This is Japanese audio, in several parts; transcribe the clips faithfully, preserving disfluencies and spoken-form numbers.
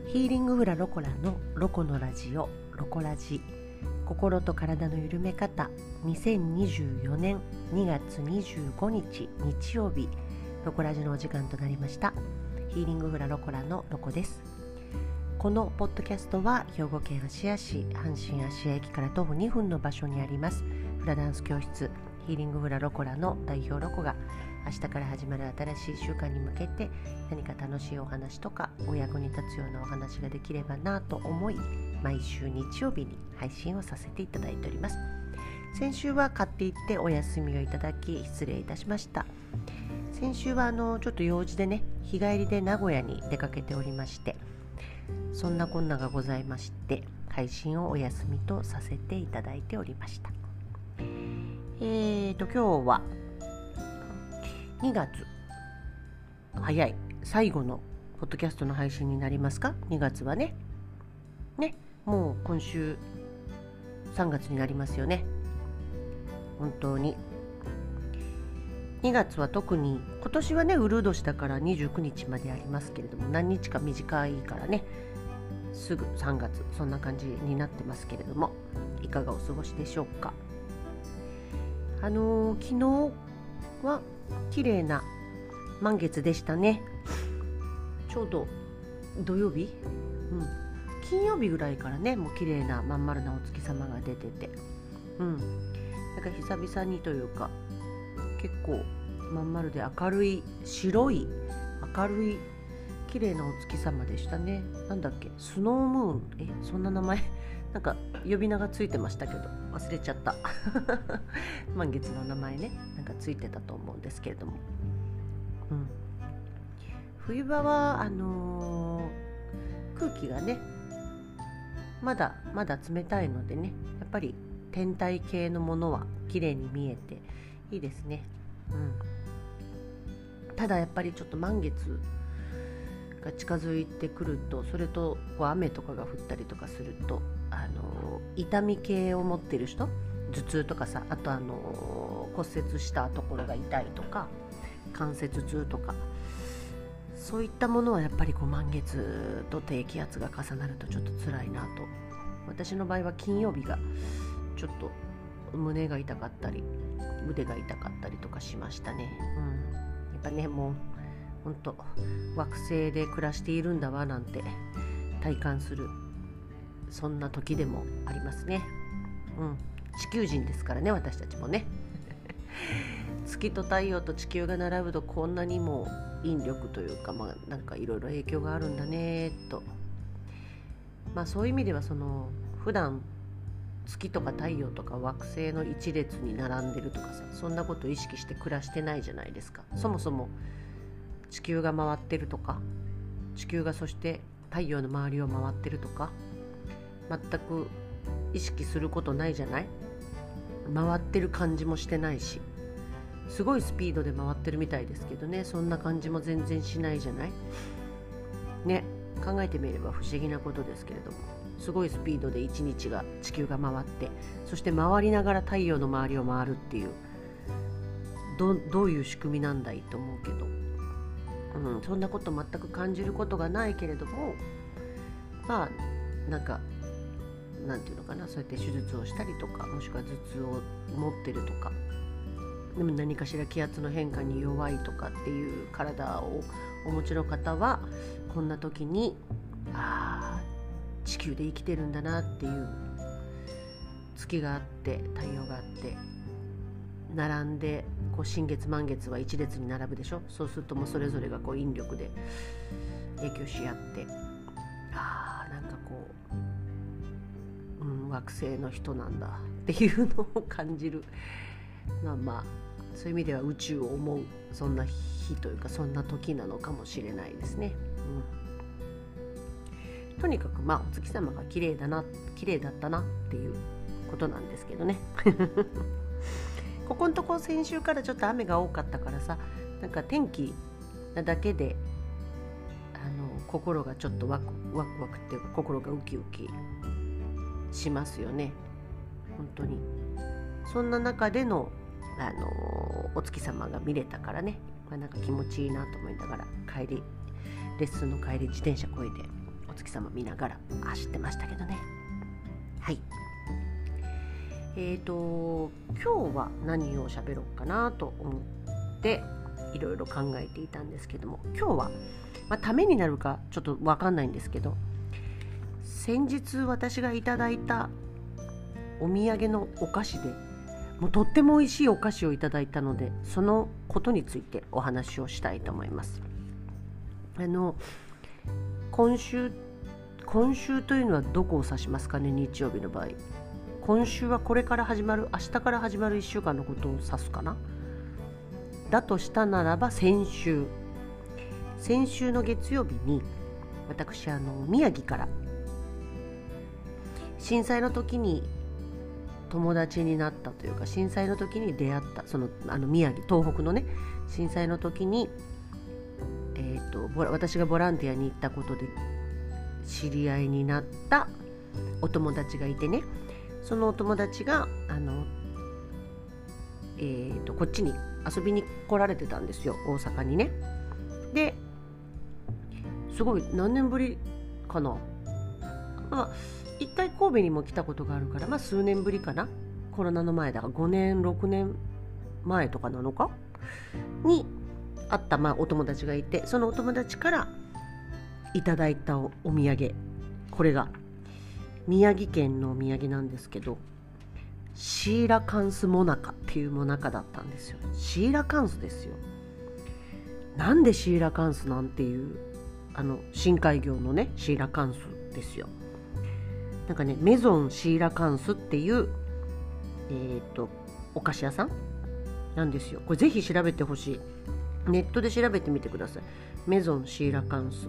ヒーリングフラロコラのロコのラジオロコラジ、心と体の緩め方。にせんにじゅうよねんにがつにじゅうごにち日曜日、ロコラジのお時間となりました。ヒーリングフラロコラのロコです。このポッドキャストは兵庫県芦屋市阪神芦屋駅から徒歩にふんの場所にありますフラダンス教室ヒーリングフラロコラの代表ロコが、明日から始まる新しい週間に向けて何か楽しいお話とかお役に立つようなお話ができればなと思い、毎週日曜日に配信をさせていただいております。先週は買っていってお休みをいただき失礼いたしました。先週はあのちょっと用事でね、日帰りで名古屋に出かけておりまして、そんなこんながございまして配信をお休みとさせていただいておりました。えーと今日はにがつ、早い最後のポッドキャストの配信になりますか。にがつはねねもう今週さんがつになりますよね。本当ににがつは特に今年はねうるう年だからにじゅうくにちまでありますけれども、何日か短いからねすぐさんがつ、そんな感じになってますけれども、いかがお過ごしでしょうか。あのー、昨日は綺麗な満月でしたね。ちょうど土曜日、うん、金曜日ぐらいからねもう綺麗なまん丸なお月様が出てて、うん、なんか久々にというか結構まん丸で明るい白い明るい綺麗なお月様でしたね。なんだっけ、スノームーン、えそんな名前なんか呼び名がついてましたけど忘れちゃった満月の名前ね、なんかついてたと思うんですけれども、うん、冬場はあのー、空気がねまだまだ冷たいのでね、やっぱり天体系のものは綺麗に見えていいですね、うん、ただやっぱりちょっと満月が近づいてくると、それとこう雨とかが降ったりとかすると、あの痛み系を持っている人、頭痛とかさ、あとあの骨折したところが痛いとか関節痛とか、そういったものはやっぱりこう満月と低気圧が重なるとちょっと辛いなと。私の場合は金曜日がちょっと胸が痛かったり腕が痛かったりとかしましたね、うん、やっぱねもう本当惑星で暮らしているんだわなんて体感する、そんな時でもありますね、うん、地球人ですからね私たちもね月と太陽と地球が並ぶとこんなにも引力というか、まあなんかいろいろ影響があるんだねと、まあそういう意味ではその普段月とか太陽とか惑星の一列に並んでるとかさ、そんなことを意識して暮らしてないじゃないですか。そもそも地球が回ってるとか、地球がそして太陽の周りを回ってるとか全く意識することないじゃない。回ってる感じもしてないし、すごいスピードで回ってるみたいですけどね、そんな感じも全然しないじゃないね。考えてみれば不思議なことですけれども、すごいスピードで一日が地球が回って、そして回りながら太陽の周りを回るっていう、 ど, どういう仕組みなんだいと思うけど、うん、そんなこと全く感じることがないけれども、まあなんかなんていうのかな、そうやって手術をしたりとか、もしくは頭痛を持ってるとか、でも何かしら気圧の変化に弱いとかっていう体をお持ちの方は、こんな時にあ地球で生きてるんだなっていう、月があって太陽があって並んで、こう新月満月は一列に並ぶでしょ。そうするともうそれぞれがこう引力で影響し合って、あーなんかこう、うん、惑星の人なんだっていうのを感じる、まあまあそういう意味では宇宙を思う、そんな日というかそんな時なのかもしれないですね、うん、とにかくまあお月様が綺麗だな綺麗だったなっていうことなんですけどねここのとこ先週からちょっと雨が多かったからさ、なんか天気なだけであの心がちょっとワクワクワクっていうか、心がウキウキしますよね本当に。そんな中でのあのお月様が見れたからね、まあ、なんか気持ちいいなと思いながら帰りレッスンの帰り自転車こいでお月様見ながら走ってましたけどね。はい。えーと今日は何を喋ろうかなと思っていろいろ考えていたんですけども、今日は、まあ、ためになるかちょっと分かんないんですけど、先日私がいただいたお土産のお菓子でもうとっても美味しいお菓子をいただいたので、そのことについてお話をしたいと思います。あの今週今週というのはどこを指しますかね。日曜日の場合、今週はこれから始まる明日から始まるいっしゅうかんのことを指すかな。だとしたならば先週先週の月曜日に私あの宮城から震災の時に友達になったというか、震災の時に出会ったそのあの宮城東北のね震災の時に、えーと、私がボランティアに行ったことで知り合いになったお友達がいてね、そのお友達があの、えーと、こっちに遊びに来られてたんですよ、大阪にね。ですごい何年ぶりかな、まあ一回神戸にも来たことがあるから、まあ数年ぶりかな。コロナの前だからごねんろくねんまえとかなのかに会った、まあ、お友達がいて、そのお友達からいただいた お, お土産、これが宮城県のお土産なんですけど、シーラカンスモナカっていうモナカだったんですよ。シーラカンスですよ。なんでシーラカンスなんていうあの深海魚のねシーラカンスですよ。なんかねメゾンシーラカンスっていうえーとお菓子屋さんなんですよ。これぜひ調べてほしい。ネットで調べてみてください。メゾンシーラカンス。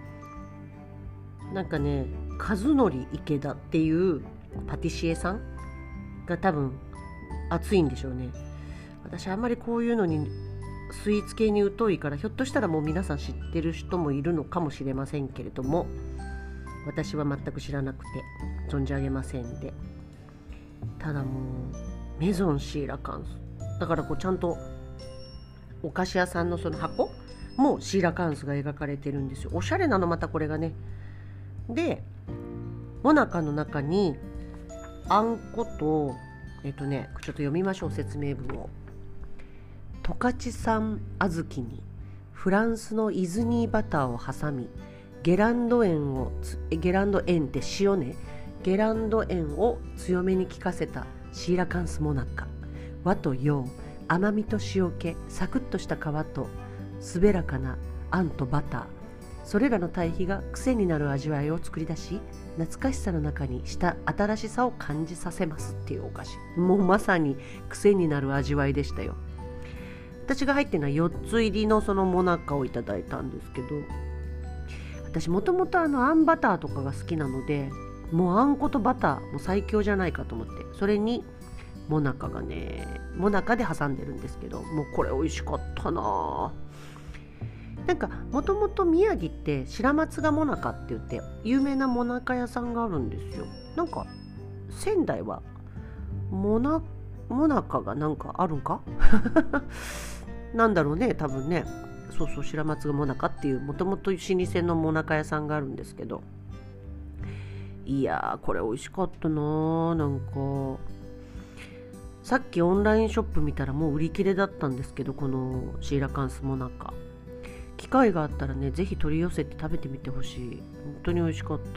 なんかね和則池田っていうパティシエさんが多分熱いんでしょうね。私あんまりこういうのにスイーツ系に疎いから、ひょっとしたらもう皆さん知ってる人もいるのかもしれませんけれども、私は全く知らなくて存じ上げませんで、ただもうメゾンシーラカンスだから、こうちゃんとお菓子屋さんのその箱もシーラカンスが描かれてるんですよ。おしゃれなのまたこれがね。でモナカの中にあんことえっとねちょっと読みましょう、説明文を。十勝産小豆にフランスのイズニーバターを挟み、ゲランド塩をゲランド塩って塩ねゲランド塩を強めに効かせたシーラカンスモナカ。和と洋、甘みと塩気、サクッとした皮と滑らかなあんとバター、それらの対比が癖になる味わいを作り出し、懐かしさの中にした新しさを感じさせますっていうお菓子。もうまさに癖になる味わいでしたよ。私が入ってるのはよっつ入りのそのモナカをいただいたんですけど、私もともとあのあんバターとかが好きなので、もうあんことバターも最強じゃないかと思って、それにモナカがねモナカで挟んでるんですけど、もうこれ美味しかったな。なんかもともと宮城って白松がモナカって言って有名なモナカ屋さんがあるんですよ。なんか仙台はモナモナカがなんかあるんかなんだろうね、多分ね。そうそう、白松がモナカっていうもともと老舗のモナカ屋さんがあるんですけど、いやーこれ美味しかったな。なんかさっきオンラインショップ見たらもう売り切れだったんですけど、このシーラカンスモナカ、機会があったらねぜひ取り寄せて食べてみてほしい。本当に美味しかった。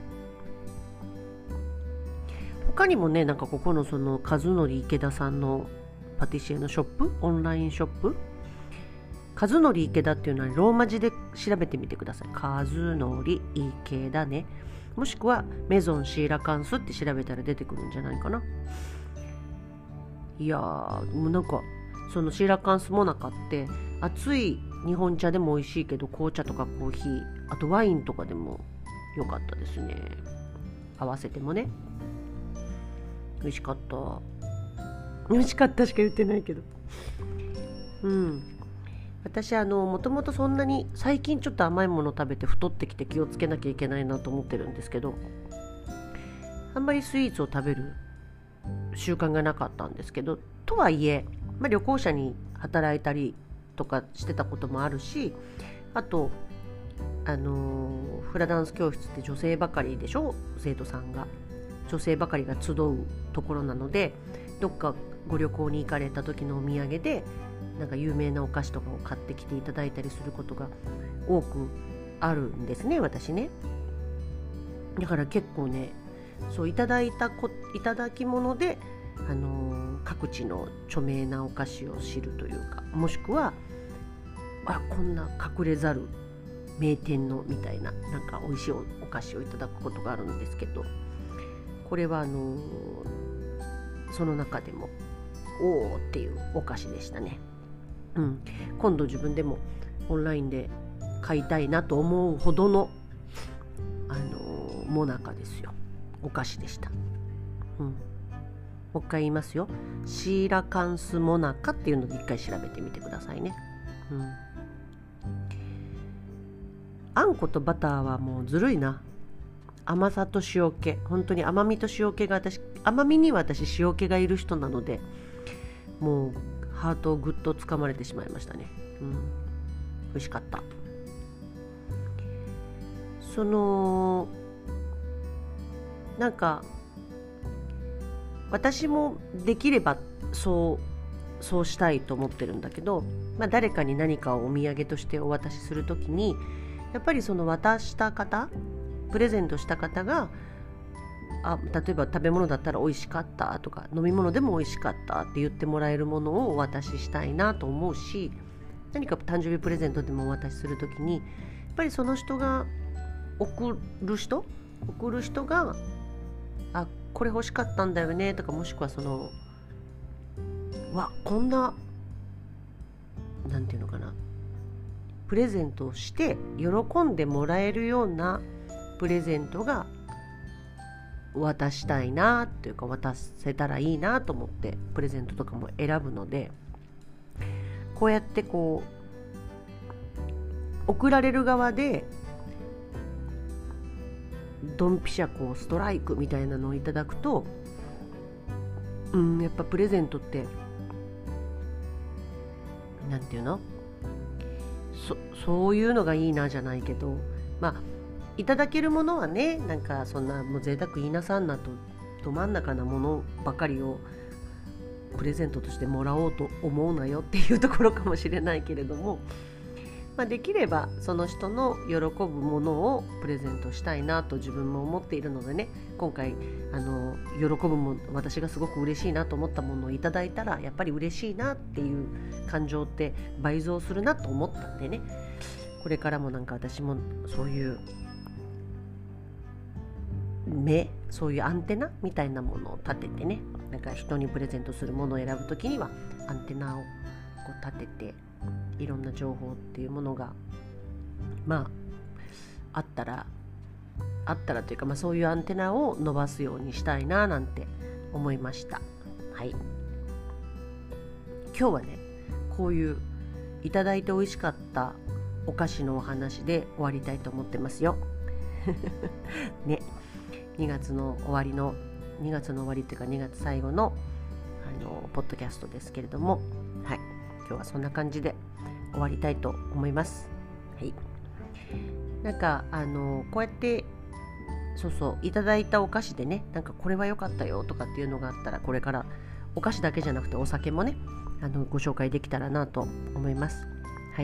他にもね、なんかここのその和則池田さんのパティシエのショップ、オンラインショップ、和則池田っていうのはローマ字で調べてみてください。和則池田ね、もしくはメゾンシーラカンスって調べたら出てくるんじゃないかな。いやーもうなんかそのシーラカンスモナカって熱い日本茶でも美味しいけど、紅茶とかコーヒー、あとワインとかでも良かったですね。合わせてもね美味しかった。美味しかったしか言ってないけど、うん私あのもともとそんなに最近ちょっと甘いもの食べて太ってきて気をつけなきゃいけないなと思ってるんですけど、あんまりスイーツを食べる習慣がなかったんですけど、とはいえ、まあ、旅行者に働いたりとかしてたこともあるし、あとあのフラダンス教室って女性ばかりでしょ、生徒さんが女性ばかりが集うところなので、どっかご旅行に行かれた時のお土産でなんか有名なお菓子とかを買ってきていただいたりすることが多くあるんですね、私ね。だから結構ね、そういただいたこいただき物で、あのー、各地の著名なお菓子を知るというか、もしくはあこんな隠れざる名店のみたいな、なんか美味しい お, お菓子をいただくことがあるんですけど、これはあのー、その中でもおーっていうお菓子でしたね。うん、今度自分でもオンラインで買いたいなと思うほどの、あのー、モナカですよ。お菓子でした。うん、もう一回言いますよ。シーラカンスモナカっていうので一回調べてみてくださいね。うん、あんことバターはもうずるいな。甘さと塩気、本当に甘みと塩気が私、甘みには私塩気がいる人なので、もうハートをぐっとつかまれてしまいましたね。うん、美味しかった。そのなんか私もできればそうそうしたいと思ってるんだけど、まあ、誰かに何かをお土産としてお渡しするときに、やっぱりその渡した方、プレゼントした方が、あ例えば食べ物だったら美味しかったとか、飲み物でも美味しかったって言ってもらえるものをお渡ししたいなと思うし、何か誕生日プレゼントでもお渡しするときに、やっぱりその人が送る人送る人があこれ欲しかったんだよねとか、もしくはそのわこんななんていうのかな、プレゼントをして喜んでもらえるようなプレゼントが渡したいなというか、渡せたらいいなと思ってプレゼントとかも選ぶので、こうやってこう送られる側でドンピシャこうストライクみたいなのをいただくと、うん、やっぱプレゼントってなんていうの、そそういうのがいいなじゃないけど、まあいただけるものはね、なんかそんなもう贅沢言いなさんなとど真ん中なものばかりをプレゼントとしてもらおうと思うなよっていうところかもしれないけれども、まあ、できればその人の喜ぶものをプレゼントしたいなと自分も思っているのでね、今回あの喜ぶもの、私がすごく嬉しいなと思ったものをいただいたら、やっぱり嬉しいなっていう感情って倍増するなと思ったんでね、これからもなんか私もそういう目、そういうアンテナみたいなものを立ててね、なんか人にプレゼントするものを選ぶときにはアンテナをこう立てて、いろんな情報っていうものがまああったらあったらというか、まあ、そういうアンテナを伸ばすようにしたいななんて思いました。はい、今日はね、こういういただいて美味しかったお菓子のお話で終わりたいと思ってますよね、にがつの終わりのにがつの終わりというかにがつ最後のあのポッドキャストですけれども、はい、今日はそんな感じで終わりたいと思います。はい、なんかあのこうやってそうそういただいたお菓子でね、なんかこれは良かったよとかっていうのがあったら、これからお菓子だけじゃなくてお酒もね、あのご紹介できたらなと思います。はい、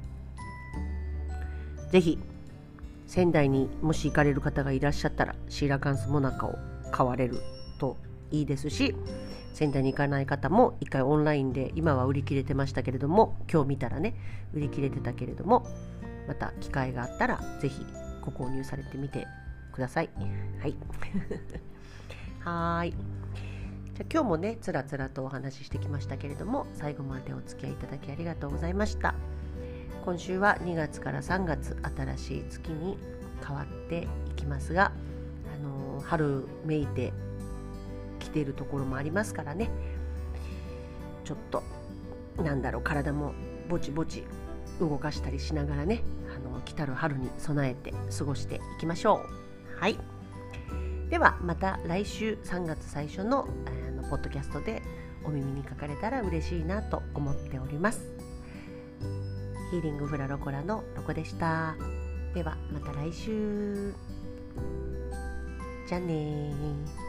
ぜひ仙台にもし行かれる方がいらっしゃったら、シーラカンスモナカを買われるといいですし、仙台に行かない方も一回オンラインで、今は売り切れてましたけれども、今日見たらね売り切れてたけれども、また機会があったらぜひご購入されてみてください。はいはーい、じゃあ今日もねつらつらとお話ししてきましたけれども、最後までお付き合いいただきありがとうございました。今週はにがつからさんがつ、新しい月に変わっていきますが、あのー、春めいてきているところもありますからね、ちょっとなんだろう、体もぼちぼち動かしたりしながらね、あの来たる春に備えて過ごしていきましょう。はい、ではまた来週さんがつ最初の、あのポッドキャストでお耳にかかれたら嬉しいなと思っております。ヒーリングフラロコラのロコでした。 ではまた来週。じゃあねー。